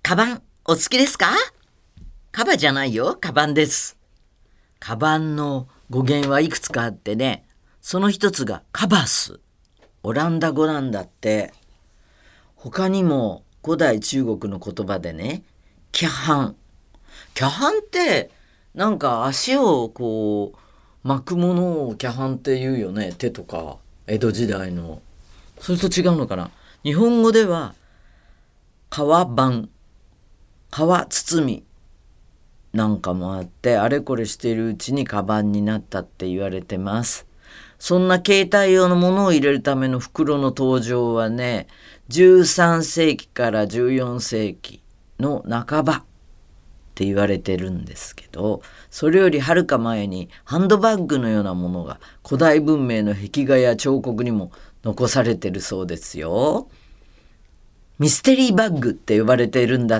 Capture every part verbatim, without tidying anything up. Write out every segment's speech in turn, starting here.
カバンお好きですか？カバじゃないよ、カバンです。カバンの語源はいくつかあってね、その一つがカバス。オランダ語なんだって。他にも古代中国の言葉でね、キャハン。キャハンってなんか足をこう巻くものをキャハンって言うよね。手とか江戸時代の。それと違うのかな。日本語では革版、革包みなんかもあって、あれこれしているうちにカバンになったって言われてます。そんな携帯用のものを入れるための袋の登場はね、じゅうさんせいきからじゅうよんせいきの半ばって言われてるんですけど、それよりはるか前にハンドバッグのようなものが古代文明の壁画や彫刻にも残されてるそうですよ。ミステリーバッグって呼ばれているんだって。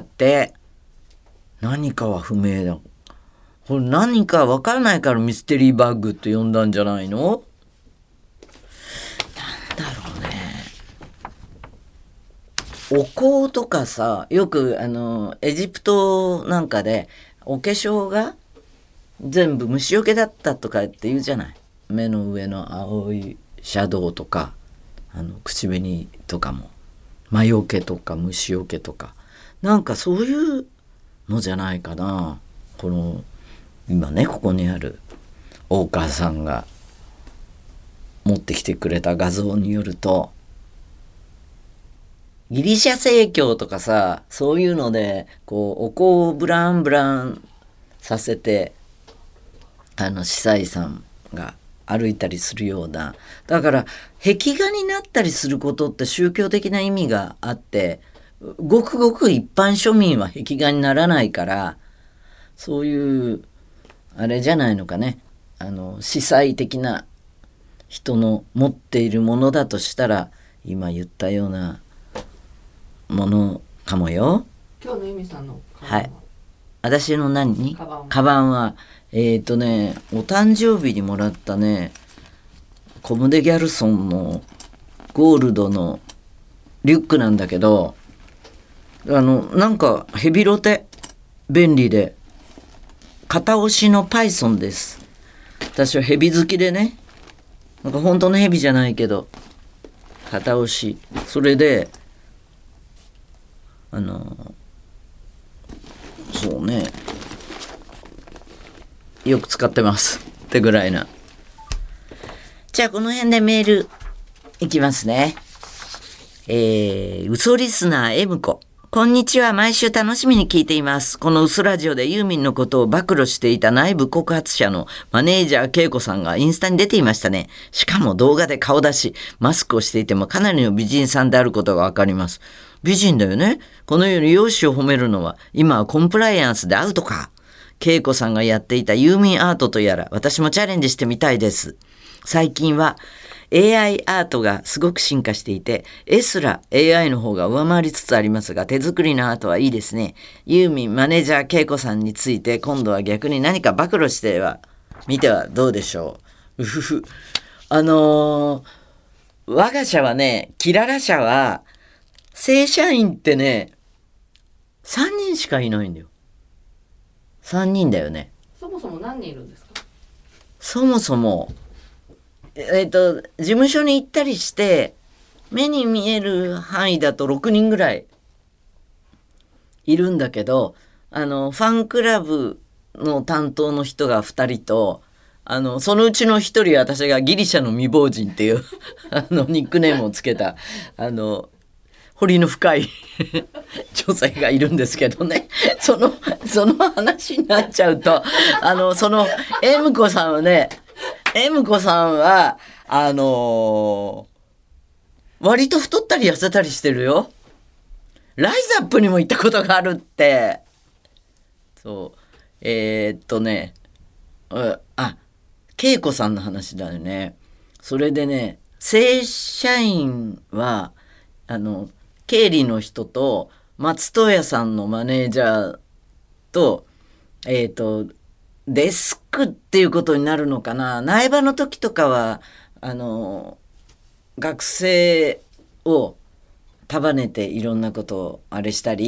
何かは不明だ。これ何かわからないからミステリーバッグって呼んだんじゃないの？なんだろうね。お香とかさ、よくあのエジプトなんかでお化粧が全部虫除けだったとかって言うじゃない。目の上の青いシャドウとか、あの口紅とかも魔除けとか虫除けとか、なんかそういうのじゃないかな。この今ね、ここにある大川さんが持ってきてくれた画像によると、ギリシャ正教とかさ、そういうのでこうお香をブランブランさせて、あの司祭さんが歩いたりするような、だから壁画になったりすることって宗教的な意味があって、ごくごく一般庶民は壁画にならないから、そういうあれじゃないのかね。あの司祭的な人の持っているものだとしたら、今言ったようなものかもよ。 今日の由美さんのカバンは、 はい。私の何？ カバンはカバンはえっとね、お誕生日にもらったね、コムデ・ギャルソンのゴールドのリュックなんだけど、あのなんかヘビロテ便利で、片押しのパイソンです。私はヘビ好きでね、なんか本当のヘビじゃないけど片押し、それであのそうね、よく使ってますってぐらいな。じゃあこの辺でメールいきますね。えー、嘘リスナー M 子、こんにちは。毎週楽しみに聞いています。この嘘ラジオでユーミンのことを暴露していた内部告発者のマネージャー恵子さんがインスタに出ていましたね。しかも動画で顔出し、マスクをしていてもかなりの美人さんであることがわかります。美人だよね。このように容姿を褒めるのは今はコンプライアンスでアウトか。恵子さんがやっていたユーミンアートとやら、私もチャレンジしてみたいです。最近はエーアイ アートがすごく進化していて、絵すら エーアイ の方が上回りつつありますが、手作りのアートはいいですね。ユーミンマネージャー恵子さんについて今度は逆に何か暴露してはみてはどうでしょう。うふふ。あのー、我が社はね、キララ社は正社員ってね、さんにんしかいないんだよ。さんにんだよね。 そもそも何人いるんですか？ そもそもえっと、事務所に行ったりして、目に見える範囲だとろくにんぐらいいるんだけど、あの、ファンクラブの担当の人がふたりと、あの、そのうちのひとりは私がギリシャの未亡人っていう、あの、ニックネームをつけた、あの、彫りの深い女性がいるんですけどね。その、その話になっちゃうと、あの、その、エムコさんはね、エムコさんは、あのー、割と太ったり痩せたりしてるよ。ライズアップにも行ったことがあるって。そう。えー、っとね、あ、あ恵子さんの話だよね。それでね、正社員は、あの、経理の人と、松任谷さんのマネージャーと、えー、っと、デスクっていうことになるのかな。苗場の時とかはあの学生を束ねていろんなことをあれしたり、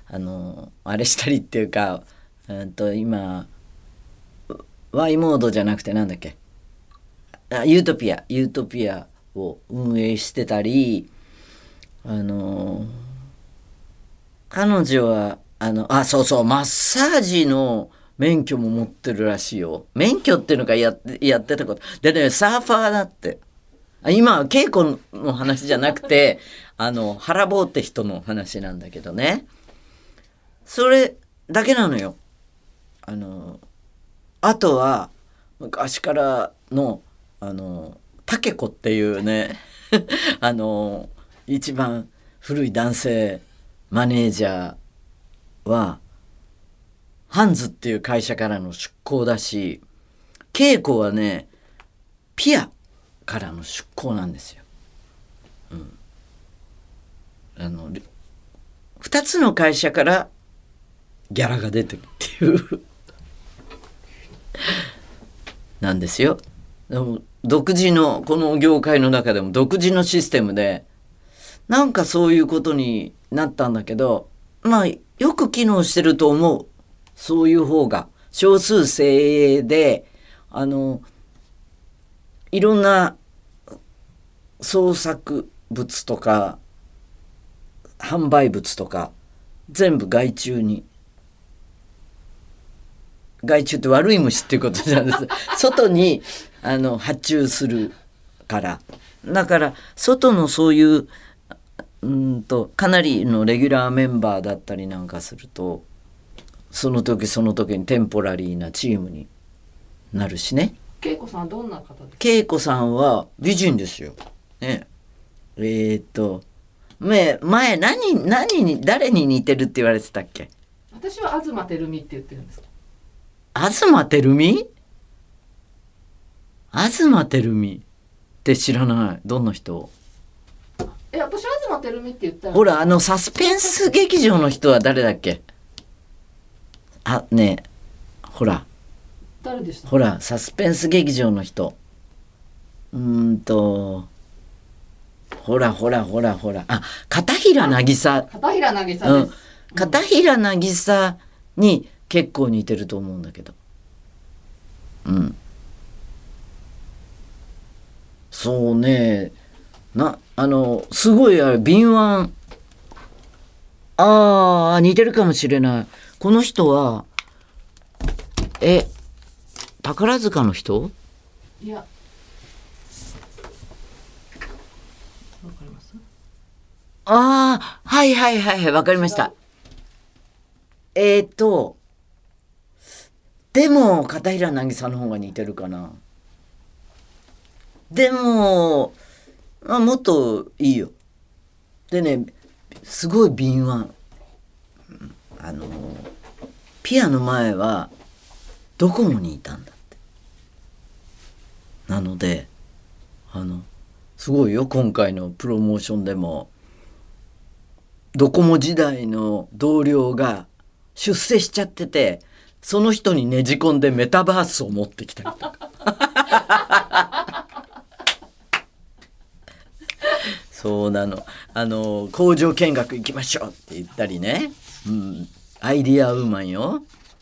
あのあれしたりっていうか、うんと今 Y モードじゃなくてなんだっけ、あユートピアユートピアを運営してたり、あの彼女はあのあそうそうマッサージの免許も持ってるらしいよ。免許っていうのかやってやってたことでね、サーファーだって。あ今は稽古の話じゃなくてあの原坊って人の話なんだけどね、それだけなのよ。あのあとは昔からのあのタケコっていうねあの一番古い男性マネージャーはハンズっていう会社からの出向だし、稽古はねピアからの出向なんですよ。うん、あのふたつの会社からギャラが出てるっていうなんですよ。でも独自のこの業界の中でも独自のシステムでなんかそういうことになったんだけど、まあよく機能してると思う。そういう方が少数精鋭であのいろんな創作物とか販売物とか全部外注に、害虫って悪い虫っていうことじゃないです外にあの発注するから、だから外のそういううんとかなりのレギュラーメンバーだったりなんかするとその時その時にテンポラリーなチームになるしね。 恵子さんはどんな方ですか？ 恵子さんは美人ですよ。ね、えー、っと前前何何に誰に似てるって言われてたっけ？ 私は東照美って言ってるんです。 東照美？東照美って知らない。どんな人？ え、私は東照美って言ったら。 ほらあのサスペンス劇場の人は誰だっけ？あねえほら誰でした？ ほらサスペンス劇場の人、うーんとほらほらほらほらあ片平渚。 片平渚です、 うん、片平渚に結構似てると思うんだけど、うんそうね、なあのすごいあれ敏腕、ああ似てるかもしれない。この人はえ宝塚の人？ いや、わかります？ ああはいはいはいはいわかりました。えっ、ー、とでも片平渚の方が似てるかな。でもあもっといいよ。でねすごい敏腕、あのピアの前はドコモにいたんだって。なのであのすごいよ。今回のプロモーションでもドコモ時代の同僚が出世しちゃってて、その人にねじ込んでメタバースを持ってきたりとかそうなの。あの工場見学行きましょうって言ったりね、うん、アイディアウーマンよ。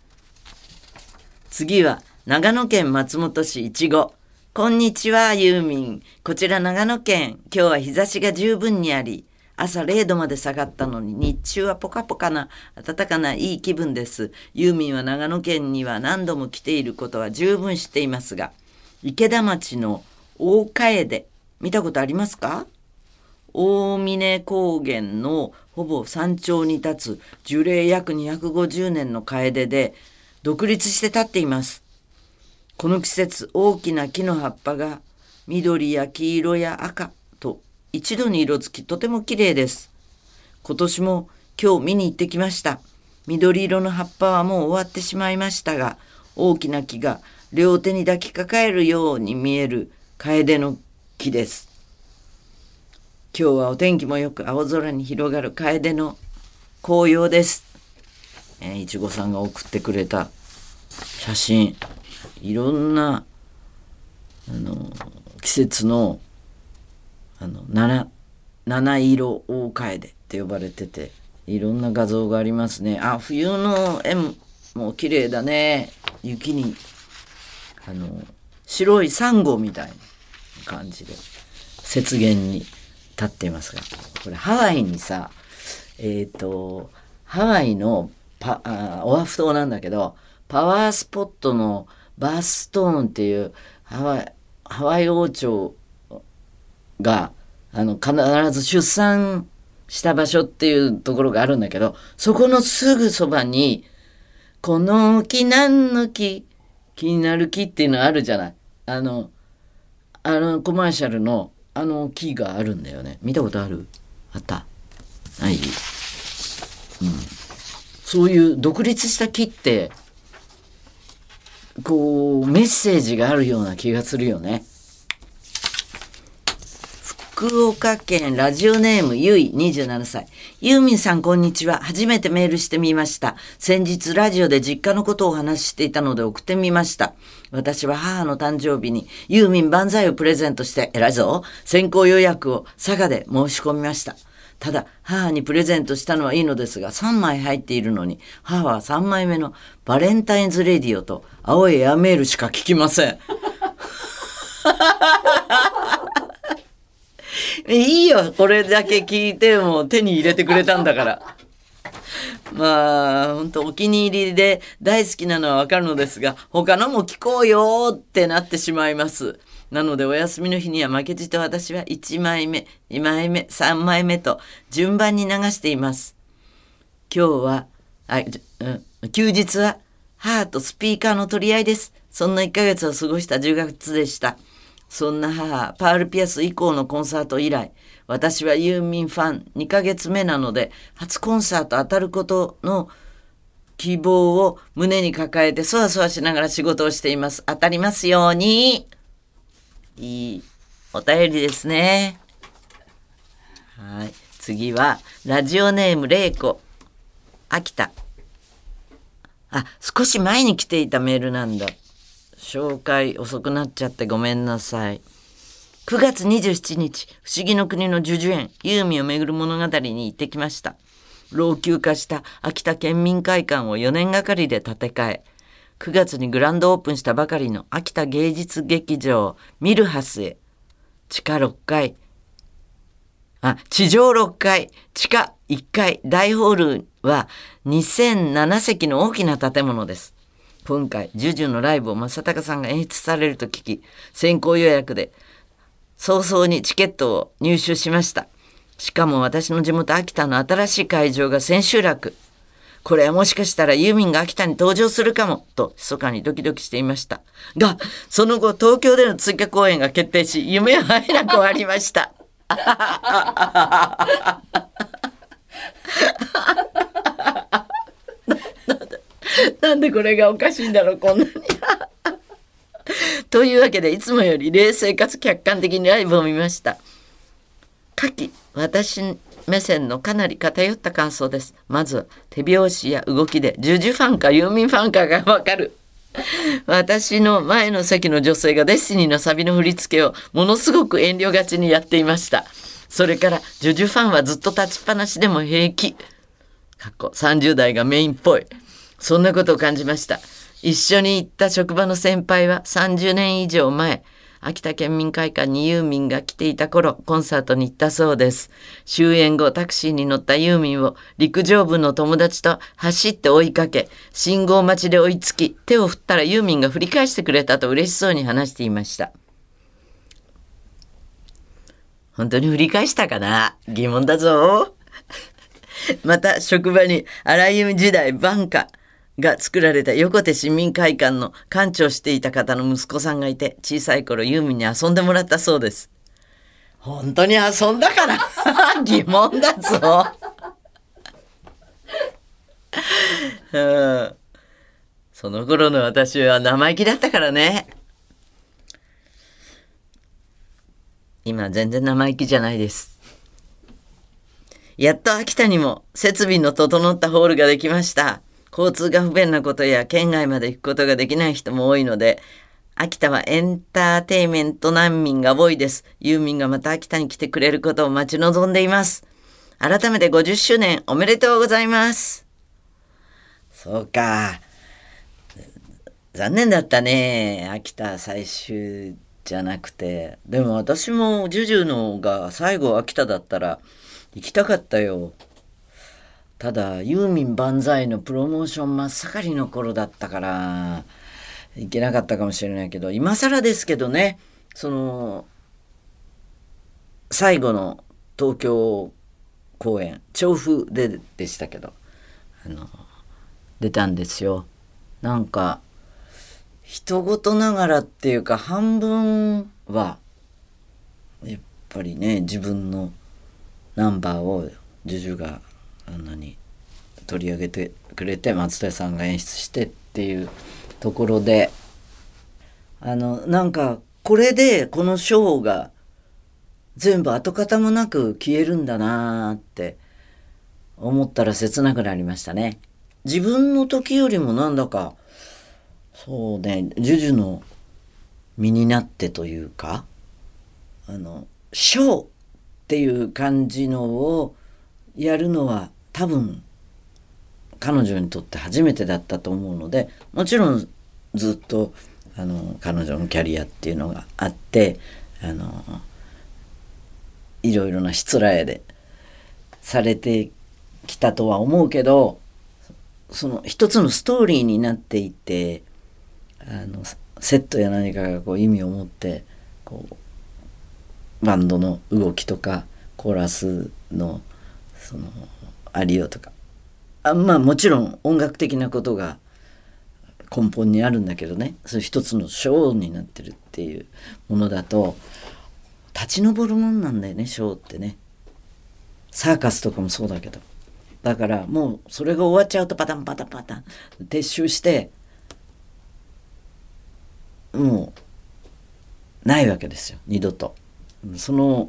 次は長野県松本市いちご。こんにちはユーミン。こちら長野県、今日は日差しが十分にあり、朝れいどまで下がったのに日中はポカポカな暖かないい気分です。ユーミンは長野県には何度も来ていることは十分知っていますが、池田町の大楓見たことありますか？大峰高原のほぼ山頂に立つ樹齢約にひゃくごじゅうねんの楓で独立して立っています。この季節大きな木の葉っぱが緑や黄色や赤と一度に色づきとても綺麗です。今年も今日見に行ってきました。緑色の葉っぱはもう終わってしまいましたが、大きな木が両手に抱きかかえるように見える楓の木です。今日はお天気もよく青空に広がる楓の紅葉です。えー、いちごさんが送ってくれた写真、いろんなあの季節のあの 7, 七色大楓って呼ばれてていろんな画像がありますね。あ、冬の絵も綺麗だね。雪にあの白いサンゴみたいな感じで雪原に立っていますが、これハワイにさ、えっとハワイのパあオアフ島なんだけど、パワースポットのバーストーンっていうハワイ、ハワイ王朝があの必ず出産した場所っていうところがあるんだけど、そこのすぐそばにこの木何の木、気になる木っていうのあるじゃない。あのあのコマーシャルのあの木があるんだよね。見たことある？あった？ない？うん。そういう独立した木ってこうメッセージがあるような気がするよね。福岡県ラジオネームゆいにじゅうななさい。ユーミンさんこんにちは。初めてメールしてみました。先日ラジオで実家のことをお話ししていたので送ってみました。私は母の誕生日にユーミン万歳をプレゼントして、偉いぞ、先行予約を佐賀で申し込みました。ただ母にプレゼントしたのはいいのですが、さんまい入っているのに母はさんまいめのバレンタインズレディオと青いエアメールしか聞きません。いいよ、これだけ聞いても手に入れてくれたんだから。まあ本当お気に入りで大好きなのはわかるのですが、他のも聞こうよってなってしまいます。なのでお休みの日には負けじと私はいちまいめ、にまいめ、さんまいめと順番に流しています。今日はあ、うん、休日は母とスピーカーの取り合いです。そんないっかげつを過ごしたじゅうがつでした。そんな母、パールピアス以降のコンサート以来、私はユーミンファンにかげつめなので、初コンサート当たることの希望を胸に抱えてそわそわしながら仕事をしています。当たりますように。いいお便りですね。はい、次はラジオネームれいこ、秋田。あ、少し前に来ていたメールなんだ。紹介遅くなっちゃってごめんなさい。くがつにじゅうしちにち、不思議の国のジュジュ園、ユーミンをめぐる物語に行ってきました。老朽化した秋田県民会館をよねんがかりで建て替え、くがつにグランドオープンしたばかりの秋田芸術劇場ミルハスへ、地下ろっかい、あ、地上ろっかい、地下いっかい、大ホールはにせんななせきの大きな建物です。今回ジュジュのライブを正隆さんが演出されると聞き、先行予約で早々にチケットを入手しました。しかも私の地元秋田の新しい会場が千秋楽。これはもしかしたらユーミンが秋田に登場するかもと密かにドキドキしていましたが、その後東京での追加公演が決定し、夢は早く終わりました。なんでこれがおかしいんだろう、こんなに。というわけでいつもより冷静かつ客観的にライブを見ました。下記、私目線のかなり偏った感想です。まずは手拍子や動きでジュジュファンかユーミンファンかがわかる。私の前の席の女性がデスティニーのサビの振り付けをものすごく遠慮がちにやっていました。それからジュジュファンはずっと立ちっぱなしでも平気。かっこさんじゅう代がメインっぽい。そんなことを感じました。一緒に行った職場の先輩はさんじゅうねん以上前、秋田県民会館にユーミンが来ていた頃、コンサートに行ったそうです。終演後、タクシーに乗ったユーミンを陸上部の友達と走って追いかけ、信号待ちで追いつき、手を振ったらユーミンが振り返してくれたと嬉しそうに話していました。本当に振り返したかな？疑問だぞ。また職場に荒井由実時代晩夏が作られた横手市民会館の館長していた方の息子さんがいて、小さい頃ユーミンに遊んでもらったそうです。本当に遊んだかな？疑問だぞ。うん、その頃の私は生意気だったからね。今全然生意気じゃないです。やっと秋田にも設備の整ったホールができました。交通が不便なことや県外まで行くことができない人も多いので、秋田はエンターテイメント難民が多いです。ユーミンがまた秋田に来てくれることを待ち望んでいます。 改めてごじゅっしゅうねんおめでとうございます。そうか。残念だったね。秋田最終じゃなくて。でも私もジュジュのが最後秋田だったら行きたかったよ。ただユーミン万歳のプロモーション真っ盛りの頃だったから行けなかったかもしれないけど、今更ですけどね、その最後の東京公演調布ででしたけど、あの出たんですよ。なんか人事ながらっていうか、半分はやっぱりね、自分のナンバーをジュジュがあんなに取り上げてくれて、松任谷さんが演出してっていうところで、あのなんかこれでこのショーが全部跡形もなく消えるんだなーって思ったら切なくなりましたね。自分の時よりもなんだかそうね、ジュジュの身になってというか、あのショーっていう感じのをやるのは多分彼女にとって初めてだったと思うので、もちろんずっとあの彼女のキャリアっていうのがあって、あのいろいろなしつらえでされてきたとは思うけど、その一つのストーリーになっていて、あのセットや何かがこう意味を持ってこうバンドの動きとかコーラスのそのありようとか、あまあもちろん音楽的なことが根本にあるんだけどね、それ一つのショーになってるっていうものだと立ち上るもんなんだよね、ショーってね。サーカスとかもそうだけど、だからもうそれが終わっちゃうとパタンパタンパタン撤収してもうないわけですよ、二度と。その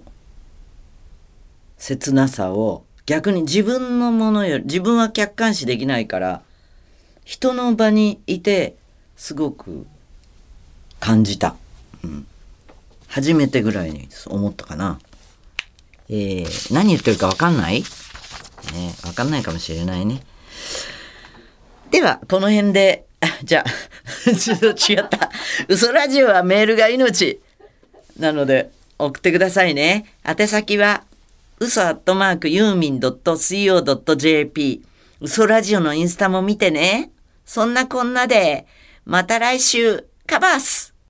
切なさを逆に自分のものより、自分は客観視できないから人の場にいてすごく感じた、うん、初めてぐらいに思ったかな。えー、何言ってるか分かんない、ね、分かんないかもしれないね。ではこの辺でじゃあちょっと違った。嘘ラジオはメールが命なので送ってくださいね。宛先は嘘アットマークユーミンドットシーオードットジェーピー。嘘ラジオのインスタも見てね。そんなこんなでまた来週カバース。